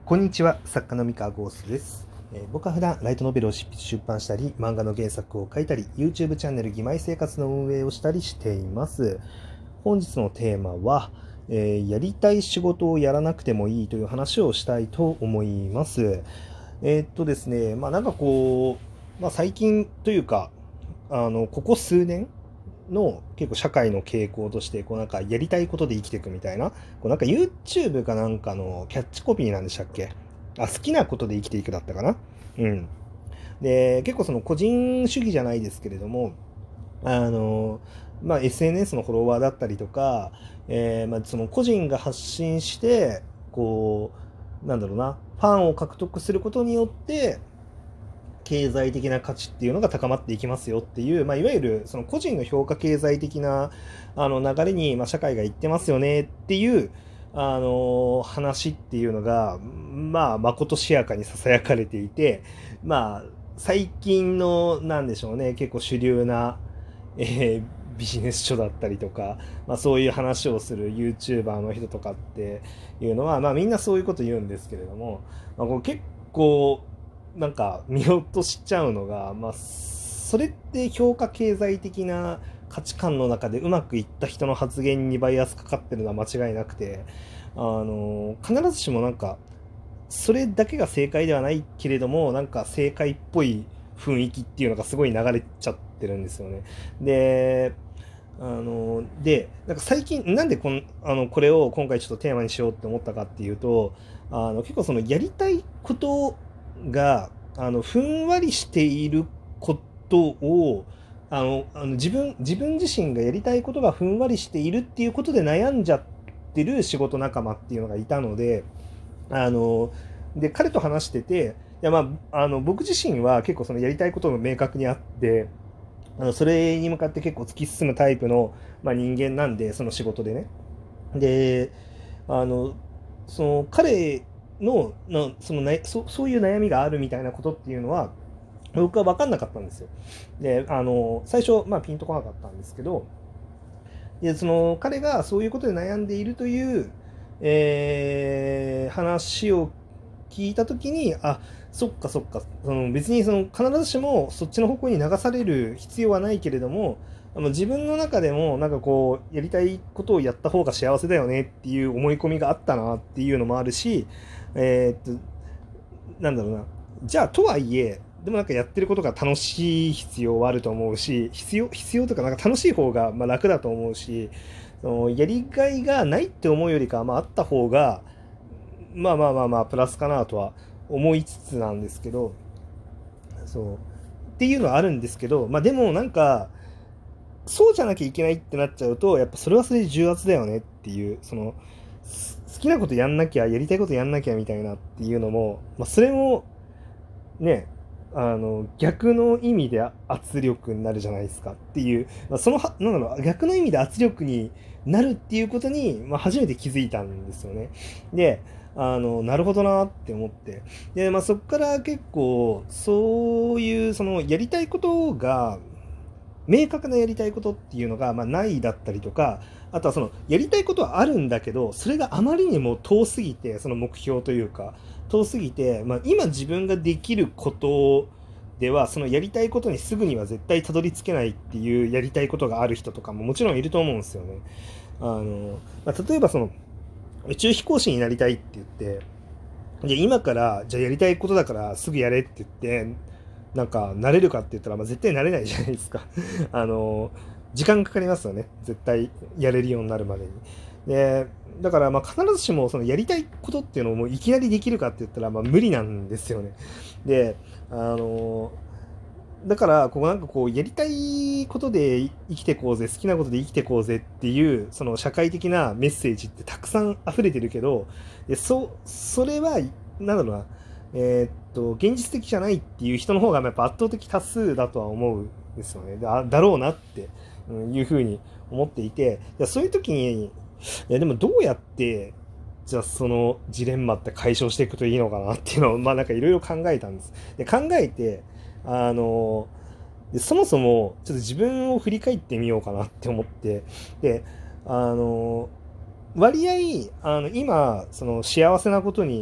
こんにちは、作家の三河ゴーストです。僕は普段ライトノベルを出版したり、漫画の原作を書いたり、YouTube チャンネル義妹生活の運営をしたりしています。本日のテーマは、やりたい仕事をやらなくてもいいという話をしたいと思います。ですね、最近というか、ここ数年の結構社会の傾向として、やりたいことで生きていくみたいな、YouTube かなんかのキャッチコピーなんでしたっけ？好きなことで生きていくだったかな。うん。で、結構その個人主義じゃないですけれども、SNS のフォロワーだったりとか、その個人が発信して、ファンを獲得することによって、経済的な価値っていうのが高まっていきますよっていう、いわゆるその個人の評価経済的な流れに、社会が行ってますよねっていう話っていうのが、まことしやかに囁かれていて、最近のなんでしょうね、結構主流な、えービジネス書だったりとか、そういう話をする YouTuber の人とかっていうのは、みんなそういうこと言うんですけれども、こう結構見落としちゃうのが、それって評価経済的な価値観の中でうまくいった人の発言にバイアスかかってるのは間違いなくて、必ずしもそれだけが正解ではないけれども、正解っぽい雰囲気っていうのがすごい流れちゃってるんですよね。で、最近なんでこれを今回ちょっとテーマにしようって思ったかっていうと、結構そのやりたいことがふんわりしていることを自分自身がやりたいことがふんわりしているっていうことで悩んじゃってる仕事仲間っていうのがいたので、彼と話してて、僕自身は結構そのやりたいことが明確にあって、それに向かって結構突き進むタイプの、人間なんで、その仕事でね。で、あの、その彼のそういう悩みがあるみたいなことっていうのは、僕は分かんなかったんですよ。で、最初、ピンとこなかったんですけど、で、その彼がそういうことで悩んでいるという、話を聞いたときに、そっかそっか、別に必ずしもそっちの方向に流される必要はないけれども、自分の中でもやりたいことをやった方が幸せだよねっていう思い込みがあったなっていうのもあるし、えーっと、なんだろうな、じゃあとはいえ、でもやってることが楽しい必要はあると思うし、必要とか楽しい方が楽だと思うし、そのやりがいがないって思うよりかは、あった方が、プラスかなとは思いつつなんですけど、そうっていうのはあるんですけど、でもそうじゃなきゃいけないってなっちゃうと、やっぱそれはそれで重圧だよねっていう、好きなことやんなきゃ、やりたいことやんなきゃみたいなっていうのも、それもね、逆の意味で圧力になるじゃないですかっていう、逆の意味で圧力になるっていうことに、初めて気づいたんですよね。で、なるほどなって思って。で、そこから結構、そういう、やりたいことが、明確なやりたいことっていうのが、ないだったりとか、あとはやりたいことはあるんだけど、それがあまりにも遠すぎて、その目標というか、遠すぎて、今自分ができることでは、そのやりたいことにすぐには絶対たどり着けないっていうやりたいことがある人とかももちろんいると思うんですよね。例えば宇宙飛行士になりたいって言って、今からじゃあやりたいことだからすぐやれって言ってなれるかって言ったら、絶対なれないじゃないですか。時間かかりますよね、絶対やれるようになるまでに。でだから必ずしもそのやりたいことっていうのをもういきなりできるかって言ったら無理なんですよね。であのだからやりたいことで生きてこうぜ、好きなことで生きてこうぜっていうその社会的なメッセージってたくさん溢れてるけど、それはなんだろうな、現実的じゃないっていう人の方がやっぱ圧倒的多数だとは思うんですよね。だろうなっていうふうに思っていて、そういう時に、でもどうやってじゃあそのジレンマって解消していくといいのかなっていうのをいろいろ考えたんです。で考えてあのそもそもちょっと自分を振り返ってみようかなって思って、であの割合今その幸せなことに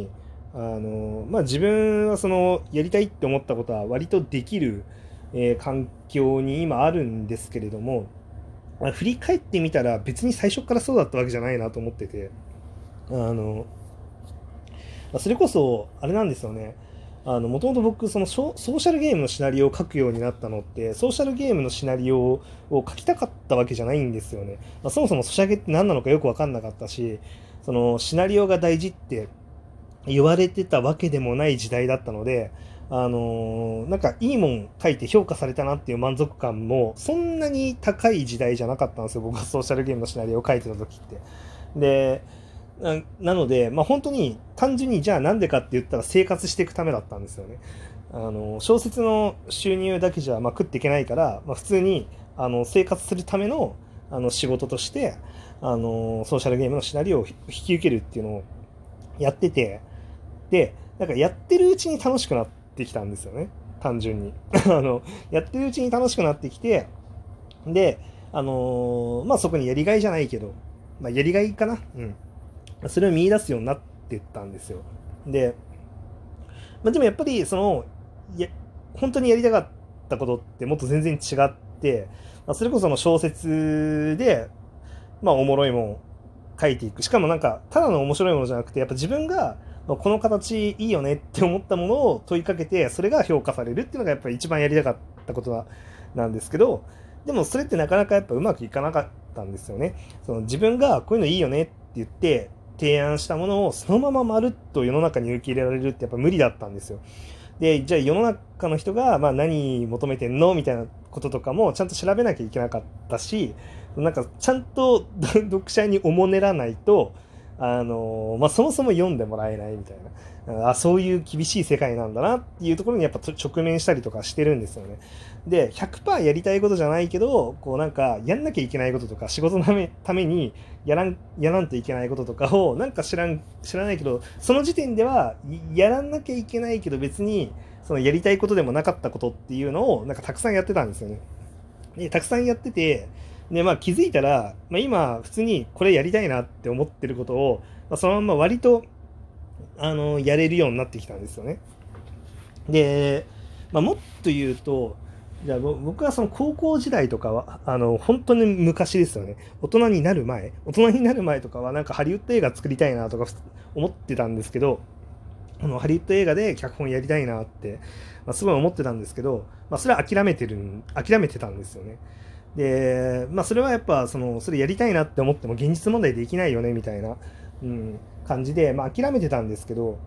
自分はそのやりたいって思ったことは割とできる、環境に今あるんですけれども、振り返ってみたら別に最初からそうだったわけじゃないなと思ってて、あのそれこそあれなんですよね。もともと僕そのソーシャルゲームのシナリオを書くようになったのって、ソーシャルゲームのシナリオを書きたかったわけじゃないんですよね。そもそもソシャゲって何なのかよく分かんなかったし、そのシナリオが大事って言われてたわけでもない時代だったので、なんかいいもん書いて評価されたなっていう満足感もそんなに高い時代じゃなかったんですよ、僕がソーシャルゲームのシナリオを書いてた時って。で、なので、本当に単純にじゃあなんでかって言ったら生活していくためだったんですよね。小説の収入だけじゃ食っていけないから、普通に生活するための仕事としてソーシャルゲームのシナリオを引き受けるっていうのをやってて、でなんかやってるうちに楽しくなってきたんですよね、単純にやってるうちに楽しくなってきて、でそこにやりがいじゃないけど、やりがいかな、それを見出すようになってったんですよ。で、でもやっぱり本当にやりたかったことってもっと全然違って、それこその小説で、おもろいもん書いていく。しかもなんかただの面白いものじゃなくて、やっぱ自分がこの形いいよねって思ったものを問いかけて、それが評価されるっていうのがやっぱり一番やりたかったことなんですけど、でもそれってなかなかやっぱうまくいかなかったんですよね。その自分がこういうのいいよねって言って提案したものをそのまままるっと世の中に受け入れられるってやっぱ無理だったんですよ。で、じゃあ世の中の人が何求めてんのみたいなこととかもちゃんと調べなきゃいけなかったし、なんかちゃんと読者におもねらないと、そもそも読んでもらえないみたいな、そういう厳しい世界なんだなっていうところにやっぱ直面したりとかしてるんですよね。で、100% やりたいことじゃないけど、こうなんかやんなきゃいけないこととか、仕事のためにやらんといけないこととかをなんか知らないけど、その時点ではやらなきゃいけないけど別にそのやりたいことでもなかったことっていうのをなんかたくさんやってたんですよね。で、たくさんやってて、で、気づいたら、今、普通にこれやりたいなって思ってることを、そのまま割と、やれるようになってきたんですよね。で、もっと言うと、じゃあ僕はその高校時代とかは、本当に昔ですよね。大人になる前とかは、なんかハリウッド映画作りたいなとか思ってたんですけど、ハリウッド映画で脚本やりたいなって、すごい思ってたんですけど、それは諦めてたんですよね。で、それはやっぱそれやりたいなって思っても現実問題できないよねみたいな、感じで、諦めてたんですけど、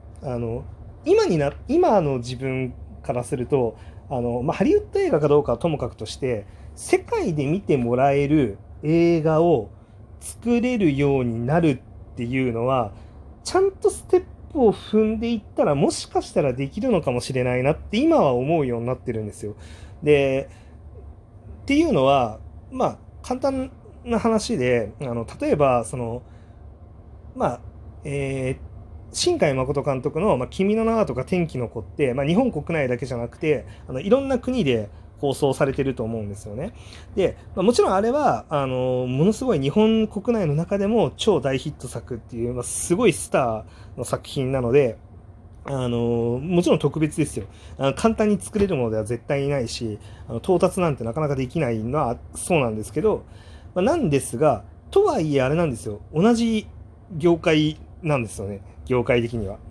今の自分からすると、ハリウッド映画かどうかはともかくとして、世界で見てもらえる映画を作れるようになるっていうのは、ちゃんとステップを踏んでいったらもしかしたらできるのかもしれないなって今は思うようになってるんですよ。で、っていうのは、簡単な話で、例えば、まあ、えー新海誠監督の、君の名はとか天気の子って、日本国内だけじゃなくて、いろんな国で放送されてると思うんですよね。で、もちろんあれは、ものすごい日本国内の中でも超大ヒット作っていう、すごいスターの作品なので、もちろん特別ですよ。簡単に作れるものでは絶対にないし、到達なんてなかなかできないのはそうなんですけど、なんですが、とはいえあれなんですよ。同じ業界なんですよね。業界的には。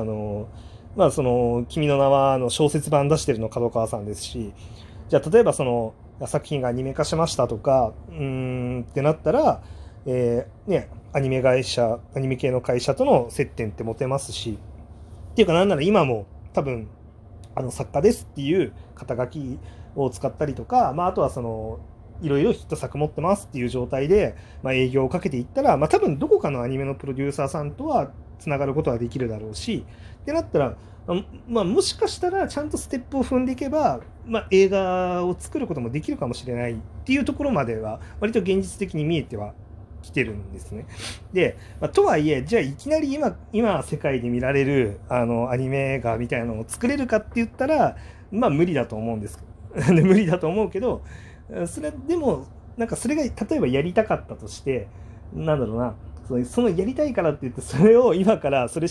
君の名は小説版出してるの角川さんですし、じゃあ例えば作品がアニメ化しましたとか、ってなったら、アニメ系の会社との接点って持てますし、っていうかなんなら今も多分作家ですっていう肩書きを使ったりとか、あとはいろいろヒット作持ってますっていう状態で、営業をかけていったら、多分どこかのアニメのプロデューサーさんとはつながることはできるだろうし、ってなったら、もしかしたらちゃんとステップを踏んでいけば、映画を作ることもできるかもしれないっていうところまでは割と現実的に見えては来てるんですね。で、とはいえ、じゃあいきなり今世界で見られるアニメ映画みたいなのを作れるかって言ったら、無理だと思うんです。無理だと思うけど、でも、なんかそれが例えばやりたかったとして、なんだろうな、そのやりたいからって言って、それを今からそれしか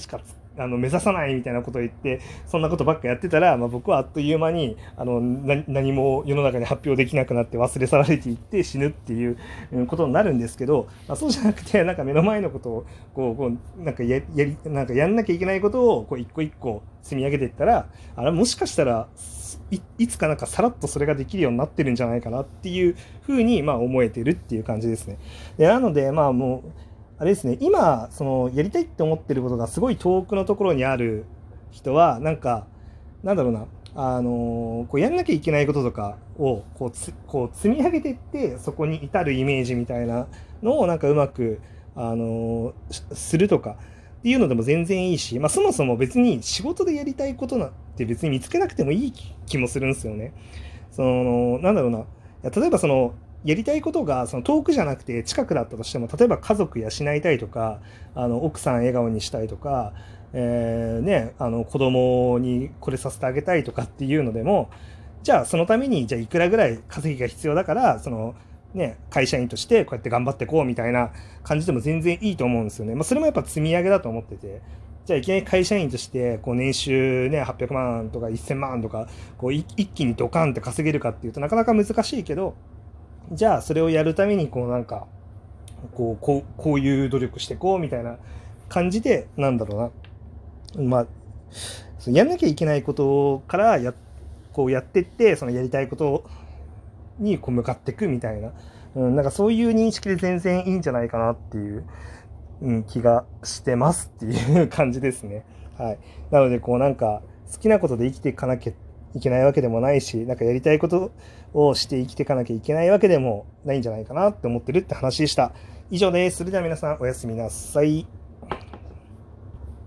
目指さないみたいなことを言ってそんなことばっかやってたら、僕はあっという間に何も世の中に発表できなくなって忘れ去られていって死ぬっていうことになるんですけど、そうじゃなくてなんか目の前のことをなんかなんかやんなきゃいけないことを一個一個積み上げていったら、もしかしたらいつかなんかさらっとそれができるようになってるんじゃないかなっていうふうに思えてるっていう感じですね。なのでもうあれですね、今そのやりたいって思ってることがすごい遠くのところにある人はなんかなんだろうな、やんなきゃいけないこととかを積み上げていってそこに至るイメージみたいなのをなんかうまくするとかっていうのでも全然いいし、そもそも別に仕事でやりたいことなんて別に見つけなくてもいい気もするんですよね。なんだろうな、例えばやりたいことが遠くじゃなくて近くだったとしても、例えば家族養いたいとか奥さん笑顔にしたいとか、子供にこれさせてあげたいとかっていうのでも、じゃあそのためにじゃあいくらぐらい稼ぎが必要だから会社員としてこうやって頑張っていこうみたいな感じでも全然いいと思うんですよね。それもやっぱ積み上げだと思ってて、じゃあいきなり会社員として年収800万とか1000万とか一気にドカンって稼げるかっていうとなかなか難しいけど、じゃあそれをやるためになんかこういう努力していこうみたいな感じで、なんだろうな、やんなきゃいけないことからやっていって、そのやりたいことに向かっていくみたいな、なんかそういう認識で全然いいんじゃないかなっていう、気がしてますっていう感じですね。はい。なのでなんか好きなことで生きていかなきゃいけないわけでもないし、なんかやりたいことをして生きていかなきゃいけないわけでもないんじゃないかなって思ってるって話でした。以上です。それでは皆さんおやすみなさい。